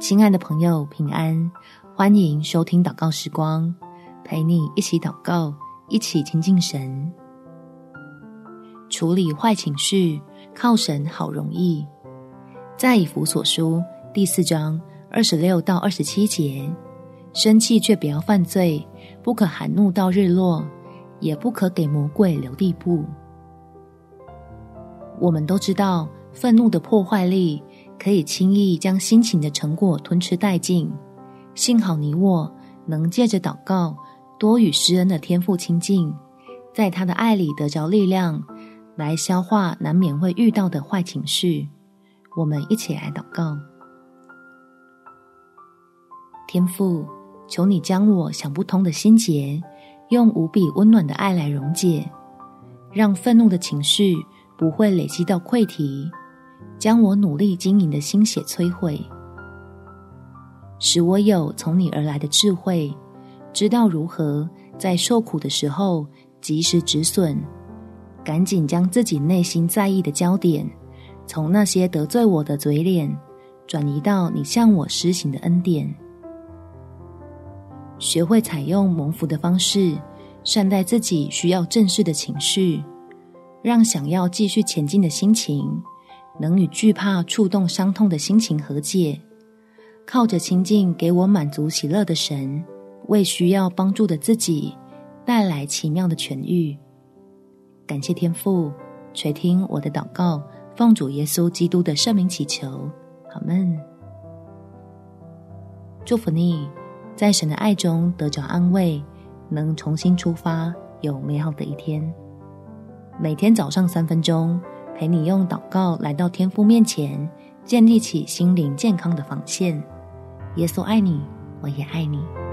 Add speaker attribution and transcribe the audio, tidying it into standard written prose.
Speaker 1: 亲爱的朋友，平安，欢迎收听祷告时光，陪你一起祷告，一起亲近神。处理坏情绪，靠神好容易。在以弗所书第4章26到27节，生气却不要犯罪，不可含怒到日落，也不可给魔鬼留地步。我们都知道，愤怒的破坏力可以轻易将心情的成果吞吃殆尽。幸好你我能借着祷告，多与施恩的天父亲近，在他的爱里得着力量，来消化难免会遇到的坏情绪。我们一起来祷告。天父，求你将我想不通的心结，用无比温暖的爱来溶解，让愤怒的情绪不会累积到溃堤，将我努力经营的心血摧毁，使我有从你而来的智慧，知道如何在受苦的时候及时止损，赶紧将自己内心在意的焦点，从那些得罪我的嘴脸，转移到你向我施行的恩典。学会采用蒙福的方式，善待自己需要正视的情绪，让想要继续前进的心情能与惧怕触动伤痛的心情和解，靠着亲近给我满足喜乐的神，为需要帮助的自己带来奇妙的痊愈。感谢天父垂听我的祷告，奉主耶稣基督的圣名祈求，阿们。祝福你在神的爱中得着安慰，能重新出发，有美好的一天。每天早上3分钟，陪你用祷告来到天父面前，建立起心灵健康的防线。耶稣爱你，我也爱你。